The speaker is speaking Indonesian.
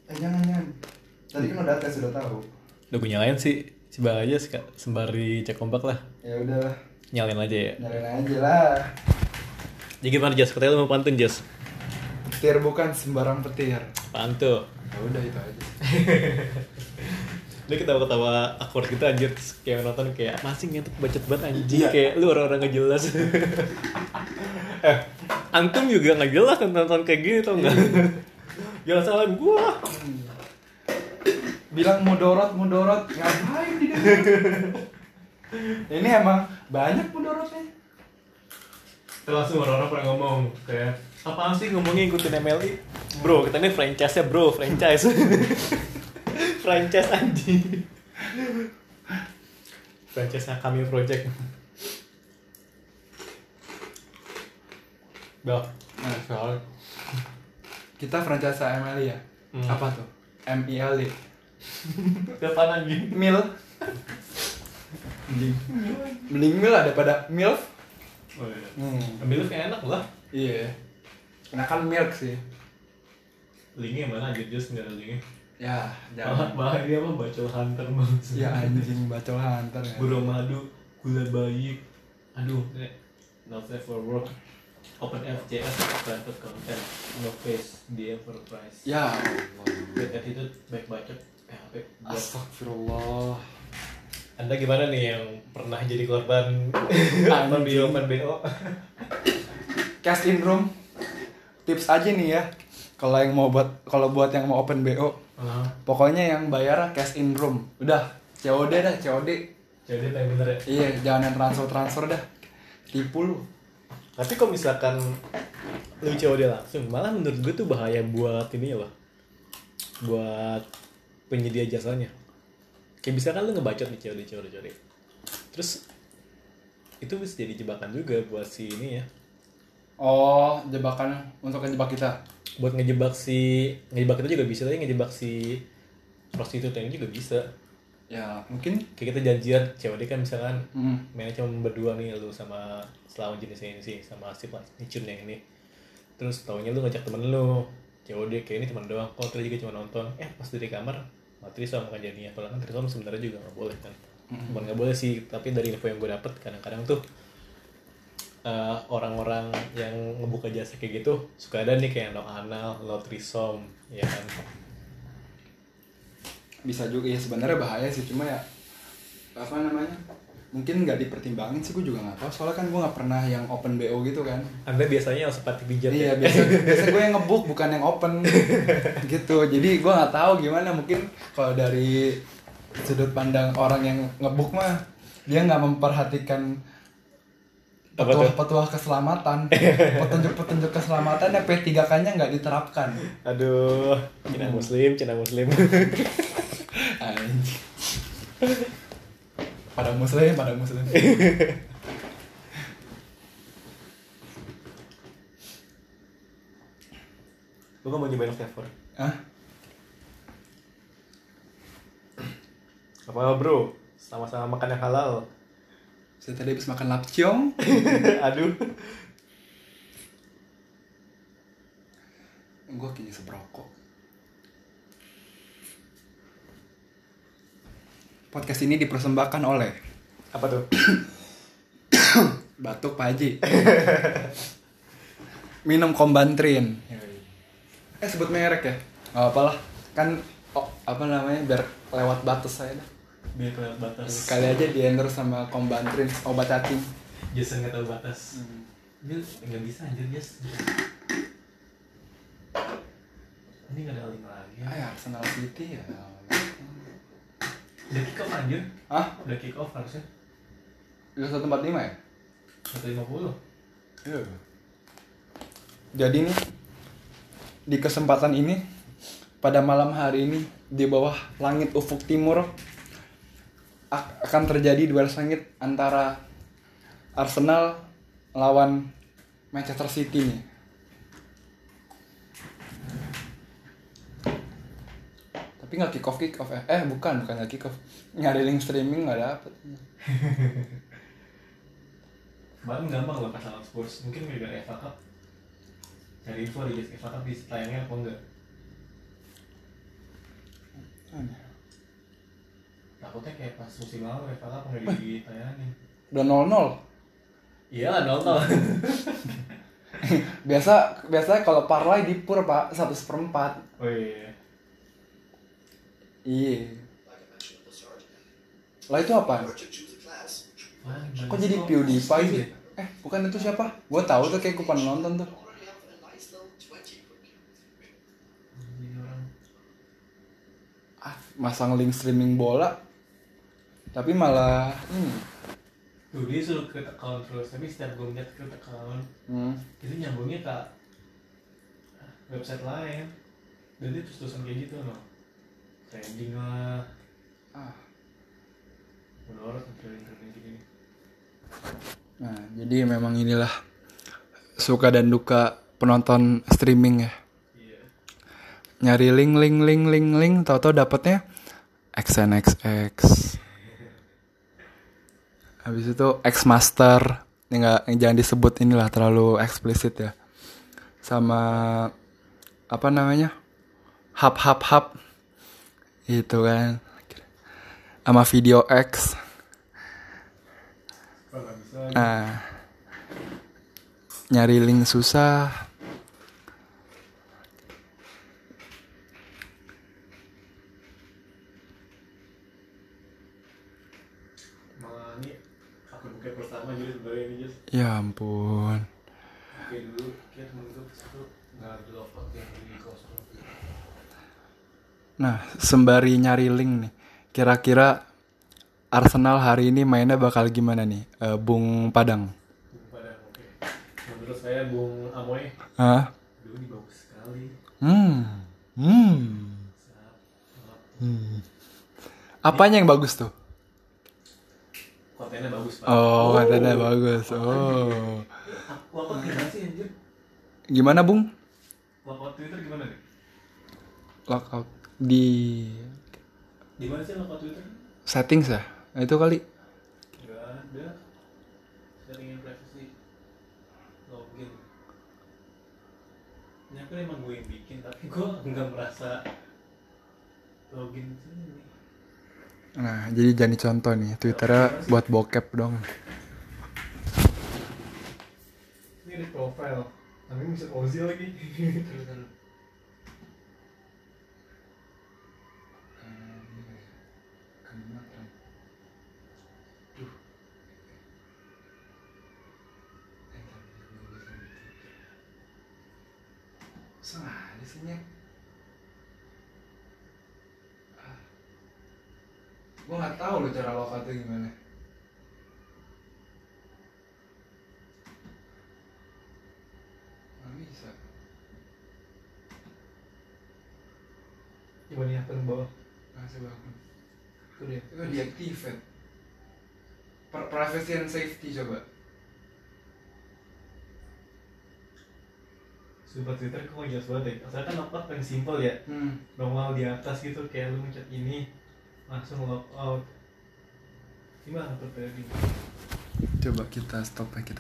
Jangan. Tadi kan udah tes, udah tahu. Udah gue nyalain sih. Coba aja sembari cek kompak lah. Ya udah, Nyalain aja ya. nyalain aja lah. Jadi gimana Jas? Katanya lu mau pantun Jas? Petir bukan sembarang petir. Pantun. Ya udah itu aja. Lu ketawa-ketawa awkward gitu anjir. Terus kayak nonton kayak masing ngentuk bacot banget anjing. Iya. Kayak lu orang-orang gak jelas. Antum juga gak jelas nonton kayak gini tau gak? Jangan salahin gua. Bilang mudorot ngapain di Ini emang banyak mudorotnya. Terus langsung orang-orang pernah ngomong kayak apaan sih ngomongnya ikutin MLI? Bro, kita ini franchise-nya bro, franchise. Franchise anjing. Franchise-nya kami project. Dah. Nah, soal kita franchise MLI ya. Apa tuh? MILI. Depan anjing. Mil. Mending mil daripada milf. Oh iya. Ambil kayak enak lah. Iya. Enakan milk sih. Linknya mana anjir Jus nggak ada linknya. Ya, jangan. Bahaya mah bacol hunter banget. Ya anjing bacol hunter ya. Buru madu, gula bayi. Aduh, not safe for work. OpenFJS, private content, no face, DM for price. Ya Bad attitude, baik bacot, PHP. Astagfirullah. Anda gimana nih yang pernah jadi korban open BO? Cash in room. Tips aja nih ya. Kalau buat yang mau open BO, pokoknya yang bayar cash in room. Udah, COD dah, COD. Jadi yang bener ya. Iya, jangan yang transfer dah. Tipu lu. Tapi kalau misalkan lu COD langsung, malah menurut gue tuh bahaya buat ini ya loh. Buat penyedia jasanya. Kayak misalkan lu ngebacot nih COD. Terus itu bisa jadi jebakan juga buat si ini ya. Oh, jebakan untuk ngejebak kita. Buat ngejebak kita juga bisa, tapi ngejebak si prostitut yang juga bisa. Ya, mungkin Kayak kita janjian COD kan misalkan mainnya cuma berdua nih lu sama selawan jenisnya ini sih, sama si nicun yang ini. Terus taunya lu ngajak temen lu COD kayak ini teman doang, kok kita juga cuma nonton. Pas dari kamar materi sama kan jadinya. Padahal kan trisom sebenarnya juga nggak boleh kan. Bukan nggak boleh sih, tapi dari info yang gue dapet kadang-kadang tuh orang-orang yang ngebuka jasa kayak gitu suka ada nih kayak no anal, no trisom, ya kan. bisa juga ya, sebenarnya bahaya sih, cuma ya apa namanya, mungkin nggak dipertimbangin sih, gue juga nggak tahu soalnya kan gue nggak pernah yang open BO gitu kan. Anda biasanya yang seperti pijat. Iya, biasa gue yang ngebook bukan yang open gitu, jadi gue nggak tahu gimana. Mungkin kalau dari sudut pandang orang yang ngebook mah dia nggak memperhatikan petuah keselamatan, petunjuk keselamatan yang P3K-nya nggak diterapkan. Aduh, Cina Muslim. Anjing. Pada muslim. Lu gak mau nyobain flavor? Hah? Apa bro? Sama-sama makan yang halal. Saya tadi habis makan lapciong. Aduh. Gue kayaknya seberokok. Podcast ini dipersembahkan oleh Apa tuh? Batuk Pak Haji. Minum Kombantrin. Sebut merek ya? Gak apalah. Kan apa namanya, biar lewat batas saya dah. Biar kelewat batas. Kali aja di endorse sama Kombantrin, obat cacing. Jason gak tau batas. Dia gak bisa anjir Jas. Ini gak ada link lagi ya. Arsenal City ya. Udah kick off anjir. Hah? Udah kick off harusnya. Udah 145 ya? 150. Iya. Jadi nih, di kesempatan ini, pada malam hari ini, di bawah langit ufuk timur akan terjadi duel sengit antara Arsenal lawan Manchester City nih. Tapi nggak kick off ya? Bukan nggak kick off. Nggak ada link streaming, nggak dapet. Kemarin gampang loh pas lawan Spurs. Mungkin gara-gara FA Cup. Cari info di FA Cup bisa tayangnya apa enggak? takutnya kayak pas musim lalu ya kalah nggak ditayangin. Udah 0-0. Iya 0-0. Biasa kalau parlay di pur Pak 1/4. Oh iya. Iya. Lah itu apa? Kok jadi PewDiePie sih? Bukan itu siapa? Gua tahu tuh kayak gue pernah nonton tuh. Masang link streaming bola. Tapi malah Tuh dia suruh create account terus, tapi setiap gue ngeliat create account itu nyambungnya ke website lain. Dan dia terus-terusan kayak gitu loh. Trending lah. Menurut trending gini. Nah, jadi memang inilah suka dan duka penonton streaming ya. Iya. Nyari link, tahu-tahu dapetnya XNXX. Habis itu Xmaster, yang jangan disebut inilah terlalu eksplisit ya. Sama apa namanya? Hub. Itu kan. Sama Video X. Nah, nyari link susah. Malah ini aku buka pertama jadi sebenarnya ini just. Ya ampun. Oke dulu kayak temen gue itu nggak ada lopot yang di kosong. Nah, sembari nyari link nih, kira-kira Arsenal hari ini mainnya bakal gimana nih, Bung Padang? Bung Padang, oke. Menurut saya Bung Amoy. Dulu ini bagus sekali. Apanya yang bagus tuh? Kontennya bagus Pak. Kontennya bagus. Lockout gimana sih anjir? Gimana Bung? Lockout Twitter gimana nih? Lockout di mana sih lockout Twitter? Settings ya? Itu kali. Gak ada. Settingin privacy. Login. Ini aku emang gue yang bikin, tapi gue nggak merasa login sini. Nah, jadi jadi contoh nih, Twitternya buat bokep dong. Ini ada profile, namanya bisa Ozil lagi. Salah di sini. Gue nggak tahu lo cara lockoutnya gimana. Nggak bisa. Coba nih akun bawah. Masih bagus. Itu dia. Itu deactivate. Privacy and safety coba. Sumpah Twitter kok nggak jelas banget deh. Asalnya kan lockout paling simple ya. Normal di atas gitu, kayak lu mencet ini langsung lockout. Gimana tuh tadi? Coba kita stop ya, kita